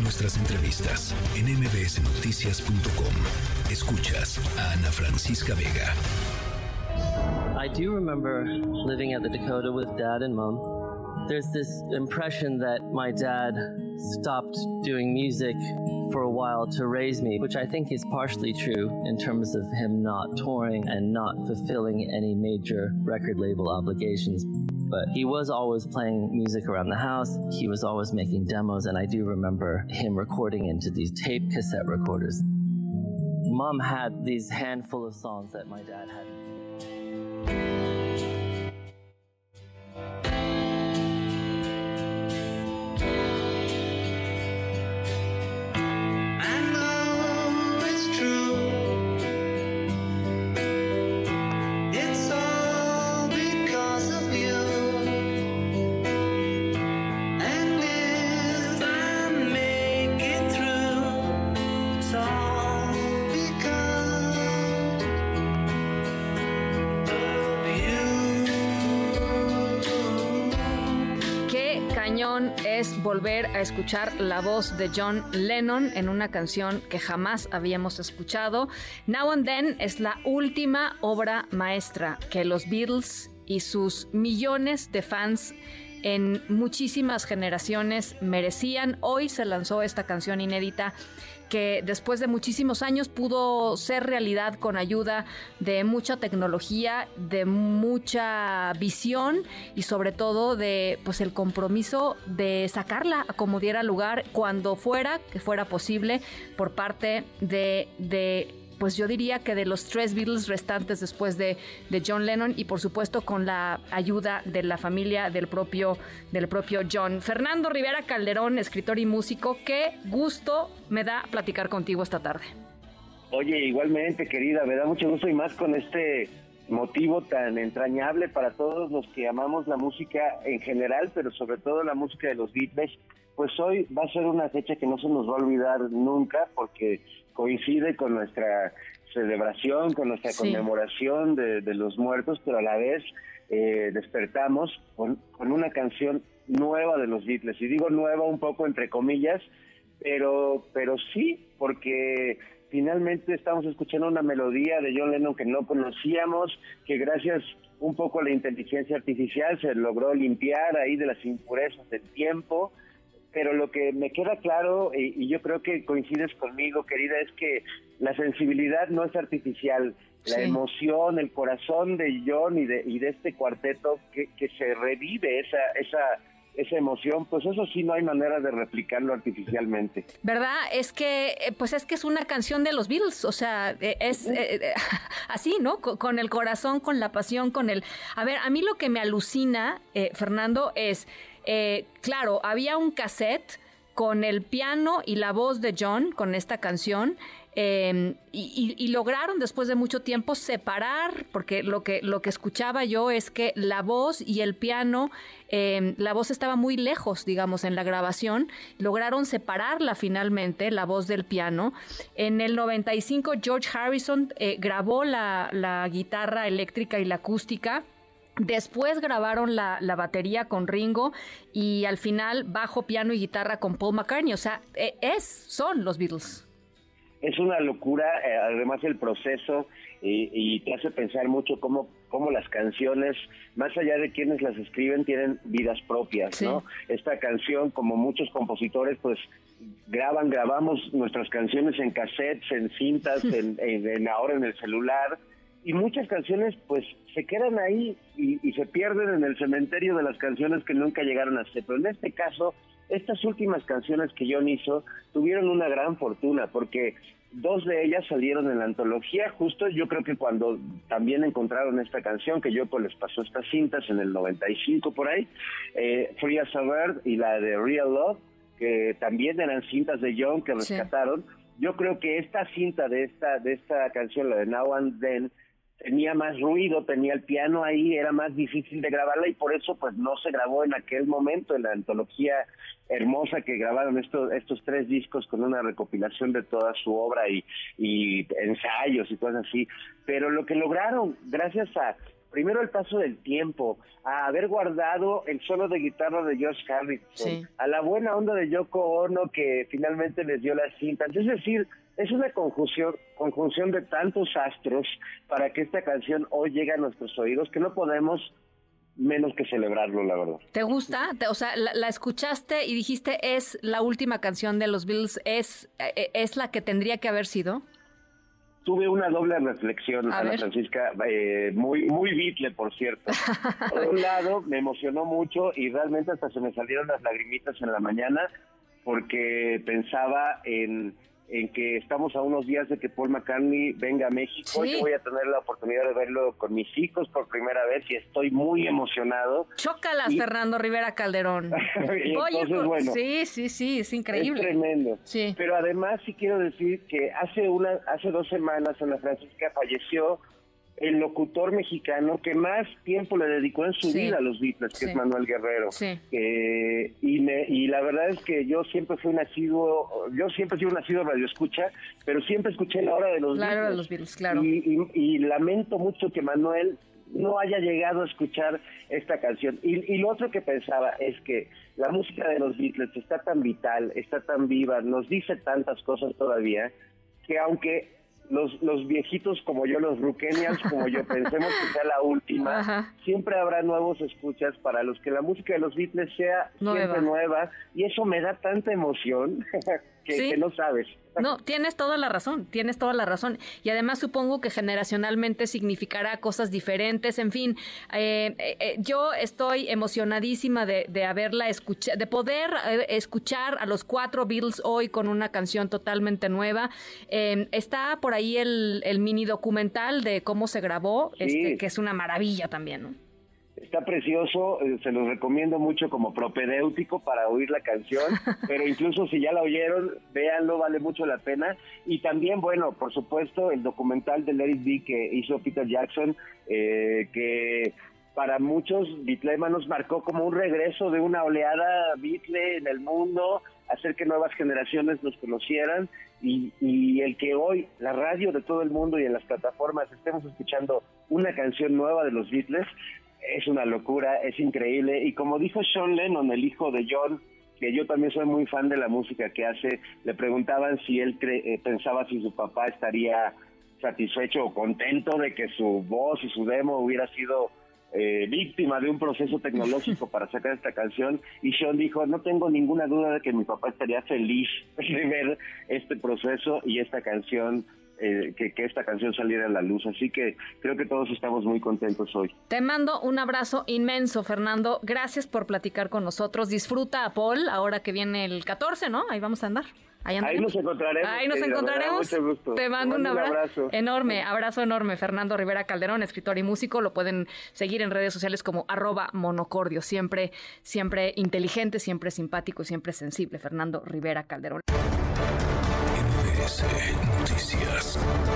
nuestras entrevistas en mbsnoticias.com. Escuchas a Ana Francisca Vega. I do remember living at the Dakota with Dad and Mom. There's this impression that my dad stopped doing music for a while to raise me, which I think is partially true in terms of him not touring and not fulfilling any major record label obligations. But he was always playing music around the house. He was always making demos, and I do remember him recording into these tape cassette recorders. Mom had these handful of songs that my dad hadn't. Es volver a escuchar la voz de John Lennon en una canción que jamás habíamos escuchado. Now and Then es la última obra maestra que los Beatles y sus millones de fans en muchísimas generaciones merecían. Hoy se lanzó esta canción inédita que después de muchísimos años pudo ser realidad con ayuda de mucha tecnología, de mucha visión y sobre todo de pues el compromiso de sacarla a como diera lugar cuando fuera, que fuera posible por parte de pues yo diría que de los tres Beatles restantes después de John Lennon y por supuesto con la ayuda de la familia del propio John. Fernando Rivera Calderón, escritor y músico, qué gusto me da platicar contigo esta tarde. Oye, igualmente, querida, me da mucho gusto y más con este motivo tan entrañable para todos los que amamos la música en general, pero sobre todo la música de los Beatles. Pues hoy va a ser una fecha que no se nos va a olvidar nunca porque coincide con nuestra celebración, con nuestra conmemoración de los muertos, pero a la vez despertamos con una canción nueva de los Beatles, y digo nueva un poco entre comillas, pero sí, porque finalmente estamos escuchando una melodía de John Lennon que no conocíamos, que gracias un poco a la inteligencia artificial se logró limpiar ahí de las impurezas del tiempo. Pero lo que me queda claro, y yo creo que coincides conmigo, querida, es que la sensibilidad no es artificial. La emoción, el corazón de John y de este cuarteto que se revive esa emoción, pues eso sí no hay manera de replicarlo artificialmente. ¿Verdad? Es que es una canción de los Beatles, o sea, es así, ¿no? Con el corazón, con la pasión, con el... A ver, a mí lo que me alucina, Fernando, es... claro, había un cassette con el piano y la voz de John con esta canción y lograron después de mucho tiempo separar, porque lo que escuchaba yo es que la voz y el piano, la voz estaba muy lejos, digamos, en la grabación. Lograron separarla finalmente, la voz del piano. En el 95 George Harrison grabó la guitarra eléctrica y la acústica. Después grabaron la batería con Ringo y al final bajo, piano y guitarra con Paul McCartney. O sea, son los Beatles. Es una locura, además el proceso, y te hace pensar mucho cómo las canciones, más allá de quienes las escriben, tienen vidas propias, ¿no? Sí. Esta canción, como muchos compositores, pues grabamos nuestras canciones en cassettes, en cintas, ahora en el celular. Y muchas canciones pues se quedan ahí y se pierden en el cementerio de las canciones que nunca llegaron a ser. Pero en este caso, estas últimas canciones que John hizo tuvieron una gran fortuna porque dos de ellas salieron en la antología. Justo yo creo que cuando también encontraron esta canción, que Yoko les pasó estas cintas en el 95 por ahí, Free as a Bird y la de Real Love, que también eran cintas de John que rescataron. Sí. Yo creo que esta cinta de esta canción, la de Now and Then, tenía más ruido, tenía el piano ahí, era más difícil de grabarla y por eso pues no se grabó en aquel momento en la antología hermosa que grabaron estos tres discos con una recopilación de toda su obra y ensayos y cosas así. Pero lo que lograron, gracias a primero el paso del tiempo, a haber guardado el solo de guitarra de George Harrison, a la buena onda de Yoko Ono que finalmente les dio las cintas. Es decir, es una conjunción de tantos astros para que esta canción hoy llegue a nuestros oídos que no podemos menos que celebrarlo, la verdad. ¿Te gusta? O sea, la escuchaste y dijiste, es la última canción de los Beatles, es la que tendría que haber sido. Tuve una doble reflexión, Ana Francisca, muy Beatle, por cierto. Por un lado, me emocionó mucho y realmente hasta se me salieron las lagrimitas en la mañana porque pensaba en que estamos a unos días de que Paul McCartney venga a México. Yo voy a tener la oportunidad de verlo con mis hijos por primera vez y estoy muy emocionado. Chócalas, Fernando Rivera Calderón. Entonces, bueno, sí, es increíble. Es tremendo. Sí. Pero además sí quiero decir que hace 2 semanas Ana Francisca falleció el locutor mexicano que más tiempo le dedicó en su vida a los Beatles, que es Manuel Guerrero. Sí. Y la verdad es que yo siempre he sido un nacido radioescucha, pero siempre escuché la hora de los Beatles. La hora de los Beatles, claro. Y lamento mucho que Manuel no haya llegado a escuchar esta canción. Y lo otro que pensaba es que la música de los Beatles está tan vital, está tan viva, nos dice tantas cosas todavía, que aunque los viejitos como yo, los Rookenians como yo, pensemos que sea la última, siempre habrá nuevos escuchas para los que la música de los Beatles sea siempre nueva, y eso me da tanta emoción que no sabes. No, tienes toda la razón. Y además supongo que generacionalmente significará cosas diferentes. En fin, yo estoy emocionadísima de haberla escuchado, de poder escuchar a los 4 Beatles hoy con una canción totalmente nueva. Está por ahí el mini documental de cómo se grabó, que es una maravilla también, ¿no? Está precioso, se los recomiendo mucho como propedéutico para oír la canción, pero incluso si ya la oyeron, véanlo, vale mucho la pena. Y también, bueno, por supuesto, el documental de Let It Be que hizo Peter Jackson, que para muchos beatlemanos marcó como un regreso de una oleada Beatle en el mundo, hacer que nuevas generaciones los conocieran, y el que hoy la radio de todo el mundo y en las plataformas estemos escuchando una canción nueva de los Beatles, es una locura, es increíble. Y como dijo Sean Lennon, el hijo de John, que yo también soy muy fan de la música que hace, le preguntaban si él pensaba si su papá estaría satisfecho o contento de que su voz y su demo hubiera sido víctima de un proceso tecnológico para sacar esta canción, y Sean dijo, no tengo ninguna duda de que mi papá estaría feliz de ver este proceso y esta canción, que esta canción saliera a la luz. Así que creo que todos estamos muy contentos hoy. Te mando un abrazo inmenso, Fernando. Gracias por platicar con nosotros. Disfruta a Paul ahora que viene el 14, ¿no? Ahí vamos a andar. Ahí nos encontraremos. Mucho gusto. Te mando un abrazo enorme. Abrazo enorme. Fernando Rivera Calderón, escritor y músico. Lo pueden seguir en redes sociales como @monocordio. Siempre inteligente, siempre simpático, siempre sensible. Fernando Rivera Calderón. MBS Noticias.